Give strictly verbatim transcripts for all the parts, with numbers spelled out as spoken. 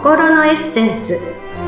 心のエッセンス。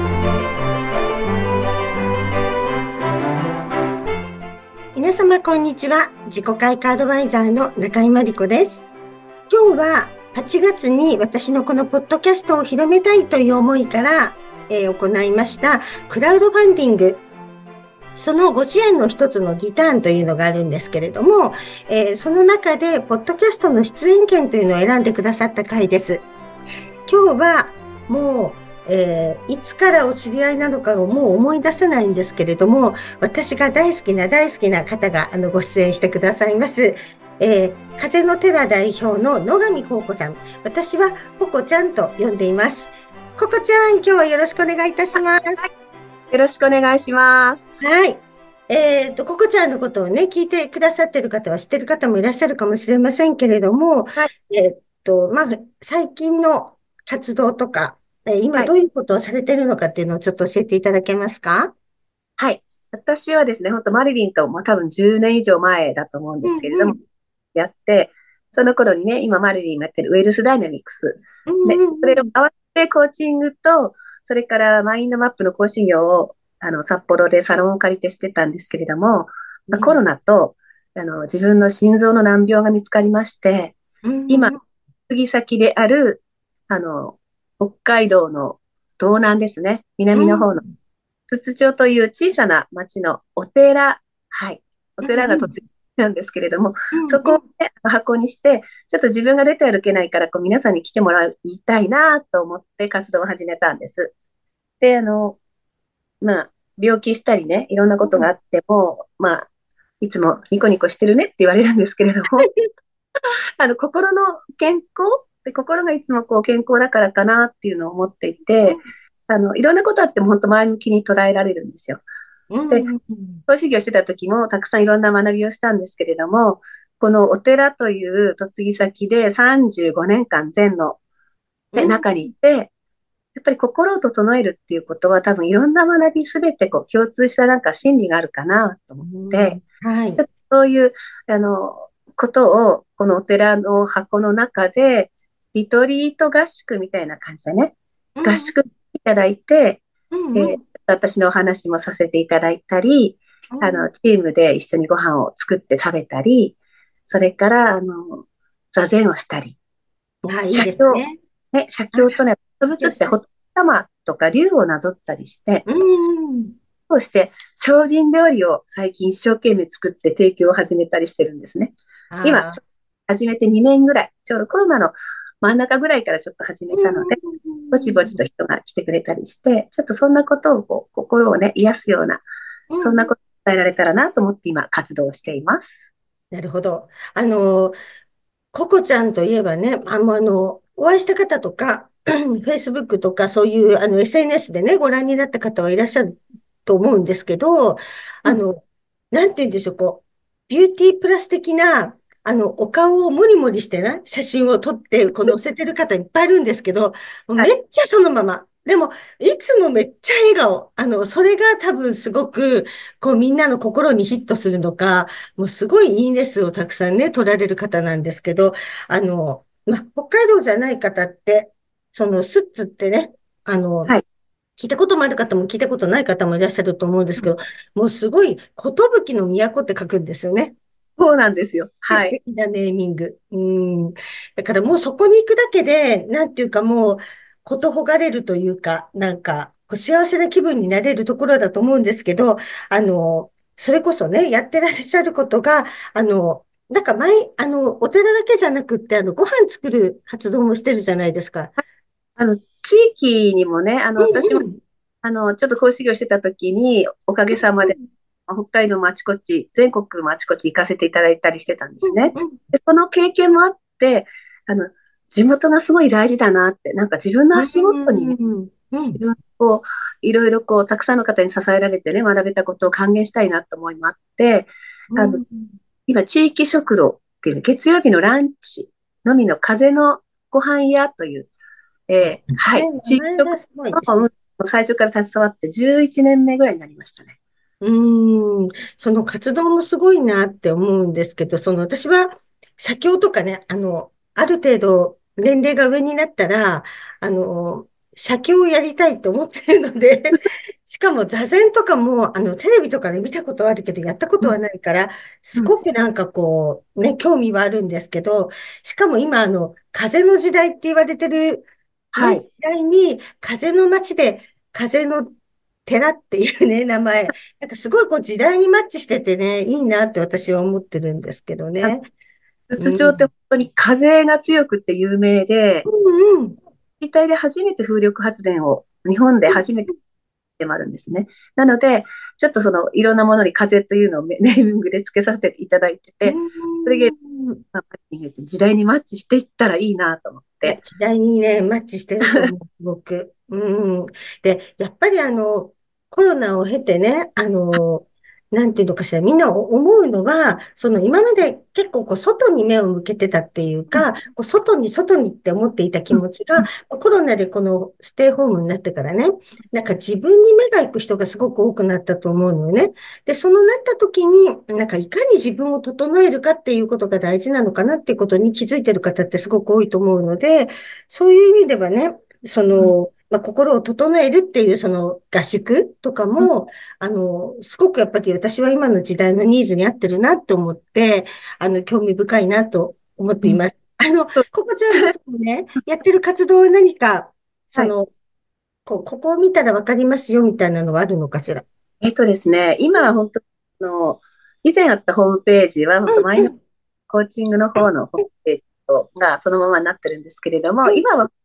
皆様こんにちは。自己開花アドバイザーの中井真理子です。今日ははちがつに私のこのポッドキャストを広めたいという思いから、えー、行いましたクラウドファンディング、そのご支援の一つのリターンというのがあるんですけれども、えー、その中でポッドキャストの出演権というのを選んでくださった回です。今日はもう、えー、いつからお知り合いなのかをもう思い出せないんですけれども、私が大好きな大好きな方があのご出演してくださいます。えー、風の寺代表の野上幸子さん。私はココちゃんと呼んでいます。ココちゃん、今日はよろしくお願いいたします。 よろしくお願いします。 はい。えっと、ココちゃんのことをね、聞いてくださってる方は知ってる方もいらっしゃるかもしれませんけれども、 はい。 えっと、まあ、最近の活動とか、えー今はい。 どういうことをされてるのかっていうのをちょっと教えていただけますか？ はい。私はですね、本当マリリンともう多分じゅうねん以上前だと思うんうですけれども、 んうん。 やって、その頃にね、今マリリンがやってるウェルスダイナミクス。 うんで、それをうんうん。 合わせてコーチングと、それからマインドマップの講師業を、あの、札幌でサロンを借りてしてたんですけれども、まあ、コロナと、あの、自分の心臓の難病が見つかりまして、今、 うんうん次先である、あの、北海道の道南ですね、南の方のうんつつ町という小さな町のお寺、はい、おうんうん寺が突然なんですけれども、 うんうんそこを、ね、箱にして、ちょっと自分が出て歩けないから、こう皆さんに来てもらいたいなと思って活動を始めたんです。で、あの、まあ、病気したりね、いろんなことがあっても、まあ、いつもニコニコしてるねって言われるんですけれども、あの、心の健康で、心がいつもこう健康だからかなっていうのを思っていて、あの、いろんなことあっても本当前向きに捉えられるんですよ。で、 うんうんうん講師業してた時もたくさんいろんな学びをしたんですけれども、このお寺という嫁ぎ先でさんじゅうごねんかん禅の、ね、 うん中にいて、やっぱり心を整えるっていうことは多分いろんな学びすべてこう共通したなんか心理があるかなと思っうんて、 はい。 そういう、あの、ことを、このお寺の箱の中で、リトリート合宿みたいな感じでね、 うん合宿いただいて、えーうんうん私のお話もさせていただいたり、あの、チームで一緒にご飯を作って食べたり、それから、あの、座禅をしたり、 うん。あ、いいです写経、 ね。 ね、写あ、 経とね、動いいですね。 物って仏様とか竜をなぞったりして、 うんそして精進料理を最近一生懸命作って提供を始めたりしてるんですね。今、 ああ。 始めてにねんぐらい、ちょうどコロナの真ん中ぐらいからちょっと始めたので、ぼちぼちと人が来てくれたりして、ちょっとそんなことをこう心をね、癒すような、そんなことを伝えられたらなと思って今活動しています。 なるほど。あの、ココちゃんといえばね、あの、あの、お会いした方とか、Facebook とかそういうあの エスエヌエス でね、ご覧になった方はいらっしゃると思うんですけど、 うん。 あの、なんて言うんでしょう、こう、ビューティープラス的な、あの、お顔をもりもりしてね、写真を撮って、こう載せてる方いっぱいいるんですけど、もうはい。 めっちゃそのまま。でも、いつもめっちゃ笑顔。あの、それが多分すごく、こう、みんなの心にヒットするのか、もうすごいいいね数をたくさんね、取られる方なんですけど、あの、まあ、北海道じゃない方って、そのスッツってね、あの、 はい。 聞いたこともある方も聞いたことない方もいらっしゃると思うんですうん。 けど、もうすごい、寿の都って書くんですよね。 そうなんですよ。 素はい。 敵なネーミング。うん。だからもうそこに行くだけで、なんていうかもう、ことほがれるというか、なんか、こう幸せな気分になれるところだと思うんですけど、あの、それこそね、やってらっしゃることが、あの、なんか前、あの、お寺だけじゃなくって、あの、ご飯作る活動もしてるじゃないですか。 あの、地域にもね、あの、 う私も、 んうん。 あの、ちょっと講師業してた時に、おかげさまで、 うん北海道もあちこち、全国もあちこち行かせていただいたりしてたんですね。 うんうんで、その経験もあって、あの、地元がすごい大事だなって、なんか自分のう足元にね、 んうん。 自分こう、いろいろこう、たくさんの方に支えられてね、学べたことを還元したいなと思いもあって、あの、 うん。 今、地域食堂っていう、月曜日のランチのみの風のご飯屋という、えーはい、 ね、名地域食前がすごい素堂の、 敵。 うん、最初から携わってじゅういちねんめぐらいになりましたね。 うーん、その活動もすごいなって思うんですけど、その私は、写経とかね、あの、ある程度年齢が上になったら、あの、 写経をやりたいと思ってるので、しかも座禅とかも、あの、テレビとかで見たことはあるけど、やったことはうん、 ないから、すうん。 ごくなんかこう、ね、興味はあるんですけど、しかも今、あの、風の時代って言われてる、ね、 はい。 時代に、風の街で、風の寺っていうね、名前、なんかすごいこう時代にマッチしててね、いいなって私は思ってるんですけどあのね。う筒町って本ん。 当に風が強くって有名で、 うんうん。 自治体で初めて風力発電を、日本で初めてでもあるんですね。なので、ちょっとそのいろんなものに風というのをネーミングで付けさせていただいてうて、それがん。 まあ時代にマッチしていったらいいなと思っいや、 て。 時代にね、マッチしてると思う、すごく。うん。で、やっぱりあの、コロナを経てね、あの、なんていうのかしら、みんな思うのは、その今まで結構こう外に目を向けてたっていううん、 か、こう外に外にって思っていた気うん、 持ちが、 うん、 コロナでこのステイホームになってからね、なんか自分に目が行く人がすごく多くなったと思うのよね。で、そのなった時に、なんかいかに自分を整えるかっていうことが大事なのかなっていうことに気づいてる方ってすごく多いと思うので、そういう意味ではね、そうん、 の、まあ、心を整えるっていうその合宿とかうん、 も、あの、すごくやっぱり私は今の時代のニーズに合ってるなと思って、あの、興味深いなと思っうん。 ています。あの、 そう。 ここちゃんのそのね、やってる活動は何か、そはい。 の、こう、ここを見たらわかりますよみたいなのはあるのかしら。 えっとですね、今は本当あの、以前あったホームページは、本当マイナーうんうんコーチングの方のホームページとがそのままになってるんですけれども、 うん今は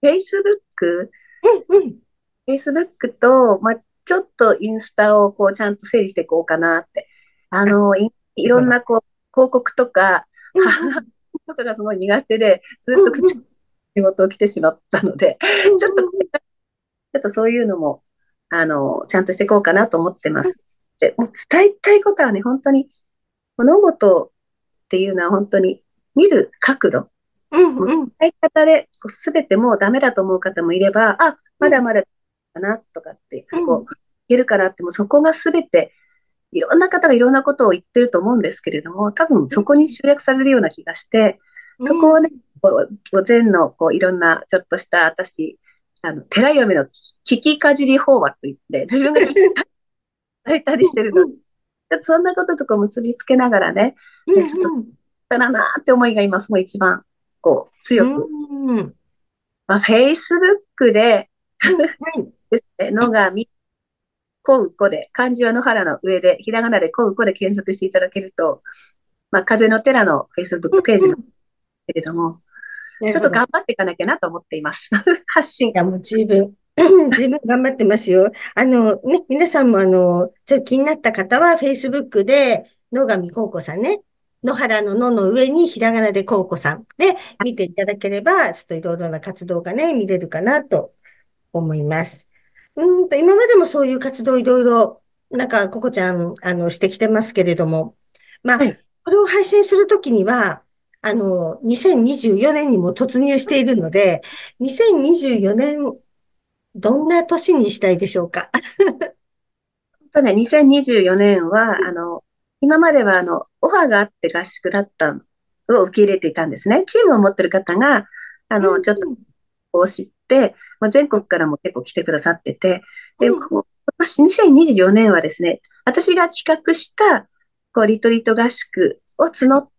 Facebook、 うんうん Facebook と、まあ、ちょっとインスタをこうちゃんと整理していこうかなって。ああ、 の、い、いなるほど。 ろんなこう広告とか、 うんうん。 とかがすごい苦手で、ずっと口仕うんうん。 事を来てしまったので、 うんちょっと、ちうんょっとそういうのも、あの、ちゃんとしていこうかなと思ってまうん。 す。で、もう伝えたいことはね、本当に、物事っていうのは本当に見る角度、 うんもううん。 伝え方でこう全てもうダメだと思う方もいれば、あ、 うん。 まだまだかなとかって、 うん。 こう、いけるかなって、もうそこが全て、いろんな方がいろんなことを言ってると思うんですけれども、多分そこに集約されるような気がして、 うん。 そこをね、こう、こう禅のこういろんなちょっとした私、あの、寺読みの聞きかじり法話といって、自分が聞き伝えたりしてるので、 うん。 ちょっとそんなこととか結びつけながらね、 うねちょっと、 ん。 だなーって思いが今すごい一番、こう、 う強く、 ん。うん。 まあ、Facebook でうん。はい。 ですね、野上こうこで、漢字は野原の上で、ひらがなでこうこで検索していただけると、まあ、風の寺の Facebook うん。 ページなんでうん。 すけれども、ちょっとなるほど。 頑張っていかなきゃなと思っています。発信。 いや、もう十分、十分頑張ってますよ。あの、ね、皆さんもあの、ちょっと気になった方は、Facebook で、野上孝子さんね。野原の野の上にひらがなで孝子さんで見ていただければ、ちょっといろいろな活動がね、見れるかなと思います。うーんと、今までもそういう活動いろいろ、なんか、ここちゃん、あの、してきてますけれども、まあ、 はい。 これを配信するときには、あの、にせんにじゅうよねんにじゅうよねんにも突入しているので、にせんにじゅうよねん、どんな年にしたいでしょうか？ 本当ね、にせんにじゅうよねんは、あの、今までは、あの、オファーがあって合宿だったのを受け入れていたんですね。チームを持ってる方が、あの、 うん、 ちょっとうん、 こう知って、まあ、全国からも結構来てくださってて、で、 うん、 こう今年にせんにじゅうよねんはですね、私が企画した、こう、リトリート合宿を募って、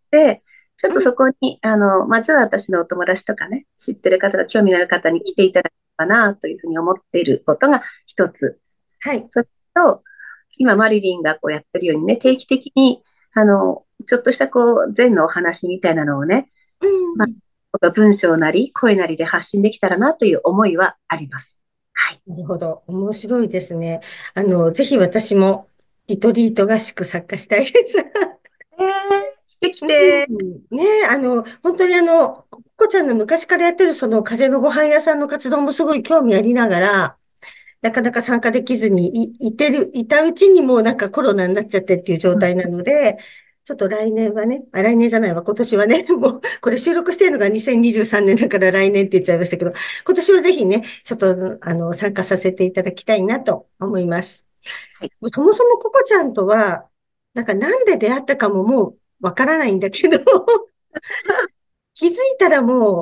ちょっとうん。 そこに、あの、まずは私のお友達とかね、知ってる方が興味のある方に来ていただければな、というふうに思っていることが一つ。 はい。 それと、今、マリリンがこうやってるようにね、定期的に、あの、ちょっとしたこう、禅のお話みたいなのをね、 うまん。 あ、文章なり、声なりで発信できたらなという思いはあります。はい。 なるほど。面白いですね。あの、ぜひ私もリトリート合宿参加したいです。 えー、来て来うて。 ん。ねえ、あの、本当にあの、ここちゃんの昔からやってるその風のご飯屋さんの活動もすごい興味ありながら、なかなか参加できずにい、いてる、いたうちにもうなんかコロナになっちゃってっていう状うん、 態なので、ちょっと来年はね、あ、来年じゃないわ、今年はね、もう、これ収録してるのがにせんにじゅうさんねんだから来年って言っちゃいましたけど、今年はぜひね、ちょっと、あの、参加させていただきたいなと思います。 はい。 そもそもココちゃんとは、なんかなんで出会ったかももうわからないんだけど、気づいたらもう、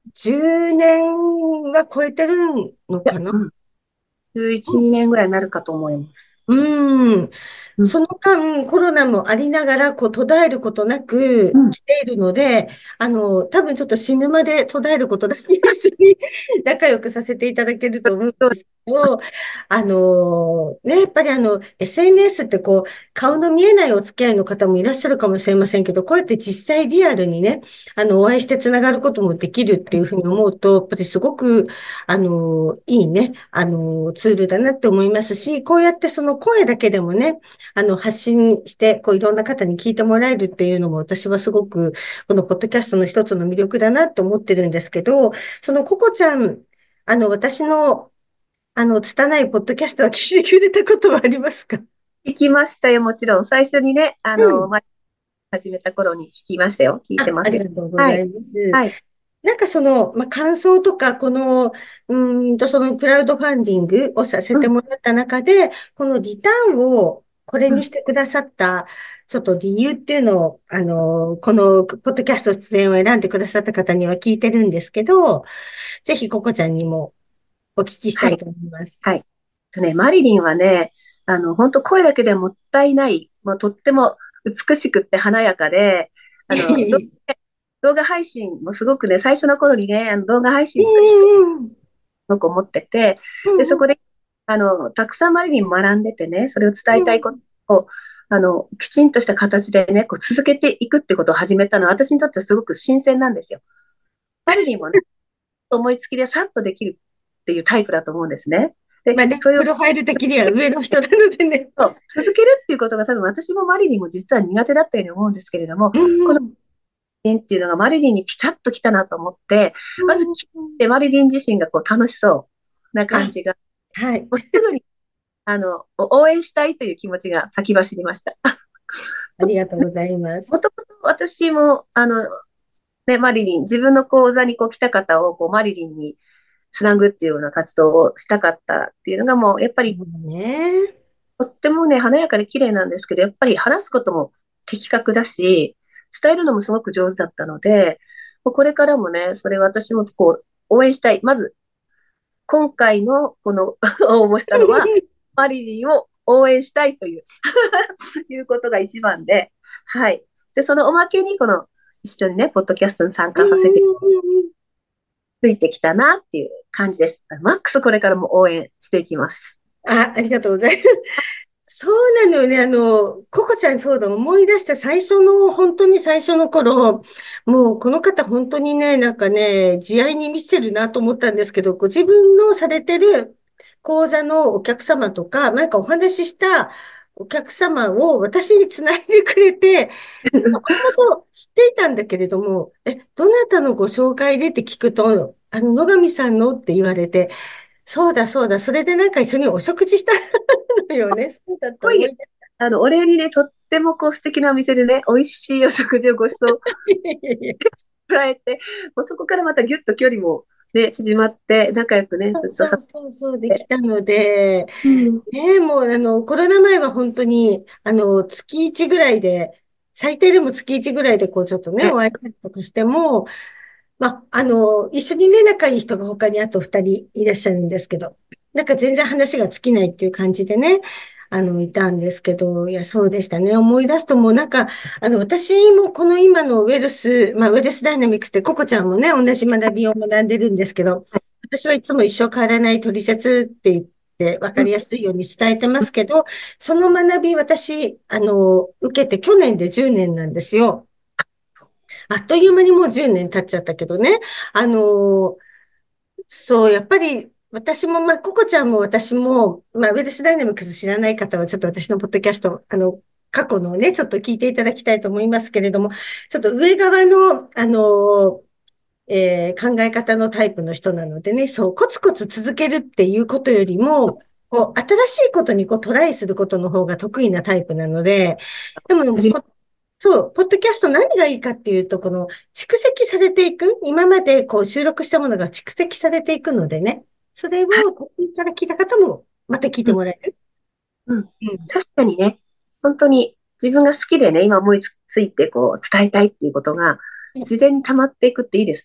じゅうねんは超えてるのいや、 かな？ うん。じゅういち、にねんぐらいになるかと思います。 うん。 うん。 その間、コロナもありながら、こう、途絶えることなくうん。 来ているので、あの、多分ちょっと死ぬまで途絶えることなく一緒に仲良くさせていただけると思うんそうですけど、あの、ね、やっぱりあの、エスエヌエス ってこう、顔の見えないお付き合いの方もいらっしゃるかもしれませんけど、こうやって実際リアルにね、あの、お会いしてつながることもできるっていうふうに思うと、やっぱりすごく、あの、いいね、あの、ツールだなって思いますし、こうやってその声だけでもね、あの、発信して、こう、いろんな方に聞いてもらえるっていうのも、私はすごく、このポッドキャストの一つの魅力だなって思ってるんですけど、そのココちゃん、あの、私の、あの、拙いポッドキャストは聞いてくれたことはありますか？ 聞きましたよ、もちろん。最初にね、あの、 うん。 まあ、始めた頃に聞きましたよ。聞いてあ、ありますよ。 がとうごはい。 ざいます。 はい。 なんかその、まあ、感想とか、この、うーんと、そのクラウドファンディングをさせうん。 てもらった中で、このリターンをこれうん。 にしてくださった、ちょっと理由っていうのを、あの、このポッドキャスト出演を選んでくださった方には聞いてるんですけど、ぜひココちゃんにもお聞きしたはい。 いと思います。 はい。とね、マリリンはね、あの、本当声だけではもったいない、もうとっても美しくって華やかで、あの、ど動画配信もすごくね、最初の頃にね、あの動画配う信とか一緒にんうんすごく思ってて、で、そうんこで、あの、たくさんマリリン学んでてね、それを伝うんえたいことを、あの、きちんとした形でね、こう続けていくってことを始めたのは、私にとってはすごく新鮮なんですよ。マリリンもね、思いつきでさっとできるっていうタイプだと思うんですね。で、 まあね、 そういうプロファイル的には上の人なのでね。 そう続けるっていうことが多分私もマリリンも実は苦手だったように思うんですけれども、このうんマリリンっていうのがマリリンにピタッときたなと思って、まずうん聞いてマリリン自身がこう楽しそうな感あ、 じが、 はい。 もうすぐにあの応援したいという気持ちが先走りました。 ありがとうございます。 もともと私もあの、ね、マリリン、自分の講座にこう来た方をこうマリリンにつなぐっていうような活動をしたかったっていうのがもうやっぱりそうね。 とってもね、華やかで綺麗なんですけど、やっぱり話すことも的確だし、伝えるのもすごく上手だったので、もうこれからもね、それ私もこう、応援したい。まず、今回のこの応募したのは、マリリンを応援したいといういうことが一番で、はい。で、そのおまけに、この、一緒にね、ポッドキャストに参うん加させてうんうんついてきたなっていう感じです。マックスこれからも応援していきます。 あ、ありがとうございます。そうなのよね。あの、ココちゃんそうだ、思い出した最初の、本当に最初の頃、もうこの方本当にね、なんかね、慈愛に満ちてるなと思ったんですけど、ご自分のされてる講座のお客様とか、なんかお話ししたお客様を私につないでくれて、もともと知っていたんだけれども、え、どなたのご紹介でって聞くと、あの、野上さんのって言われて、そうだそうだ、それでなんか一緒にお食事したのよね。そうだったごい、 思い出。 あの、お礼にね、とってもこう素敵なお店でね、美味しいお食事をご馳走もらえて、もうそこからまたぎゅっと距離もね、縮まって、仲良くね、 そうずっとさそうそうそう、できせて。 たので、 うん。 ね、もうあの、コロナ前は本当に、あの、月いちぐらいで、最低でも月いちぐらいでこうちょっとね、 ね、 お会いしたりとかしても、まあ、あの、一緒にね、仲いい人が他にあと二人いらっしゃるんですけど、なんか全然話が尽きないっていう感じでね、あの、いたんですけど、いや、そうでしたね。思い出すともうなんか、あの、私もこの今のウェルス、まあ、ウェルスダイナミクスって、ココちゃんもね、同じ学びを学んでるんですけど、私はいつも一生変わらない取説って言って分かうん、 りやすいように伝えてますけど、その学び私、あの、受けて去年でじゅうねんなんですよ。あっという間にもうじゅうねん経っちゃったけどね。あの、そう、やっぱり、私も、まあ、ココちゃんも私も、まあ、ウェルスダイナミクス知らない方は、ちょっと私のポッドキャスト、あの、過去のね、ちょっと聞いていただきたいと思いますけれども、ちょっと上側の、あの、えー考え方のタイプの人なのでね、そう、コツコツ続けるっていうことよりも、こう、新しいことにこうトライすることの方が得意なタイプなので、でも、 はじめ、 こそう、ポッドキャスト何がいいかっていうと、この蓄積されていく、今までこう収録したものが蓄積されていくのでね、それをた途中から聞いた方もまた聞いうん、 てもらえる。 うん、 うん。 確かにね、本当に自分が好きでね、今思いついてこう伝えたいっていうことが自然に溜まっていくっていいですね。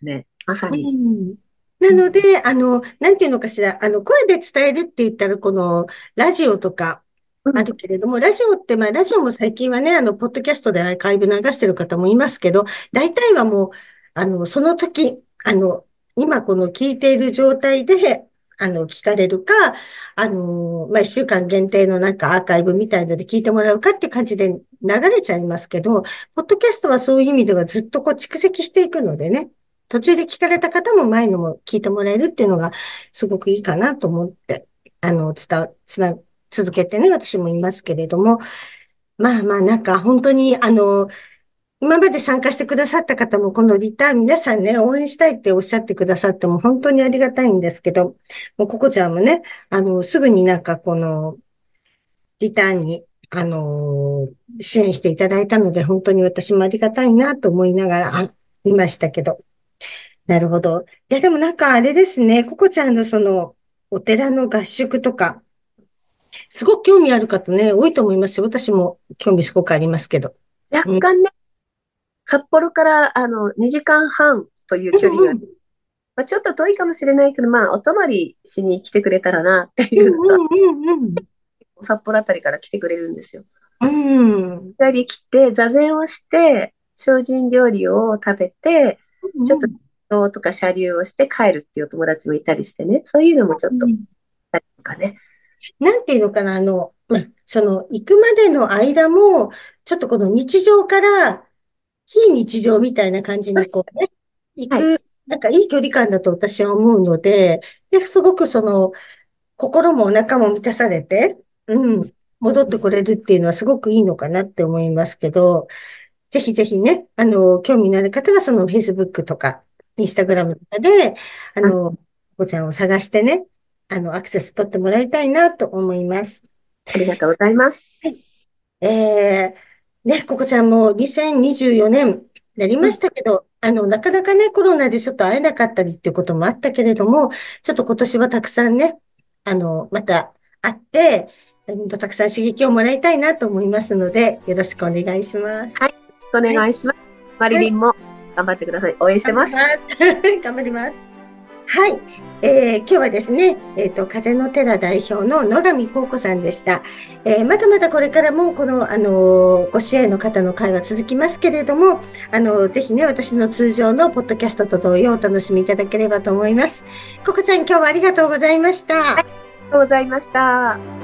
まさうに。 ん。なうん。 ので、あの、なんていうのかしら、あの、声で伝えるって言ったら、この、ラジオとか、あうん。 るけれども、ラジオって、まあ、ラジオも最近はね、あの、ポッドキャストでアーカイブ流してる方もいますけど、大体はもう、あの、その時、あの、今この聞いている状態で、あの、聞かれるか、あの、まあ、一週間限定のなんかアーカイブみたいので聞いてもらうかっていう感じで流れちゃいますけど、ポッドキャストはそういう意味ではずっとこう蓄積していくのでね、途中で聞かれた方も前のも聞いてもらえるっていうのがすごくいいかなと思って、あの、伝わ、つな、続けてね、私もいますけれども、まあまあなんか本当にあの、今まで参加してくださった方もこのリターン皆さんね、応援したいっておっしゃってくださっても本当にありがたいんですけど、もうココちゃんもね、あの、すぐになんかこのリターンに、あの、支援していただいたので本当に私もありがたいなと思いながら、あ、いましたけど。なるほど。いや、でもなんかあれですね、ココちゃんのその、お寺の合宿とか、すごく興味ある方ね、多いと思いますよ。私も興味すごくありますけど。うん。 若干ね、札幌からあのにじかんはんというう距離が、 んうん。 まあ、ちょっと遠いかもしれないけど、まあ、お泊まりしに来てくれたらなってういうのと、 んうんうん札幌あたりから来てくれるんですよ。 うん。うん。 二人来て、座禅をして、精進料理を食べて、ちょっと、 うんとか車流をして帰るっていうお友達もいたりしてね、そういうのもちょっと、 うん。 とかね。 なんていうのかな、あの、まその、行くまでの間も、ちょっとこの日常から非日常みたいな感じにこうね、行はい。 く、なんかいい距離感だと私は思うので、で、すごくその、心もお腹も満たされて、ううん。 ん、戻ってこれるっていうのはすごくいいのかなって思いますけど、ぜひぜひね、あの、興味のある方はその Facebook とか Instagram とかで、ああ、 の、ここちゃんを探してね、あの、アクセス取ってもらいたいなと思います。 ありがとうございます。 はい。えー、ね、ここちゃんもにせんにじゅうよねんなりまうん。 したけど、あの、なかなかね、コロナでちょっと会えなかったりっていうこともあったけれども、ちょっと今年はたくさんね、あの、また会って、うんとたくさん刺激をもらいたいなと思いますので、よろしくお願いします。 はい。おはい。 願いします。マリはい。 リンも頑張ってください。応援して頑張りまます。 す。頑張ります。はい。えー今日はですね、えっと、風の寺代表の野上幸子さんでした。えーまだまだこれからも、この、あのーご支援の方の会は続きますけれども、あのーぜひね、私の通常のポッドキャストと同様お楽しみいただければと思います。幸子ちゃん、今日はありがとうございました。 ありがとうございました。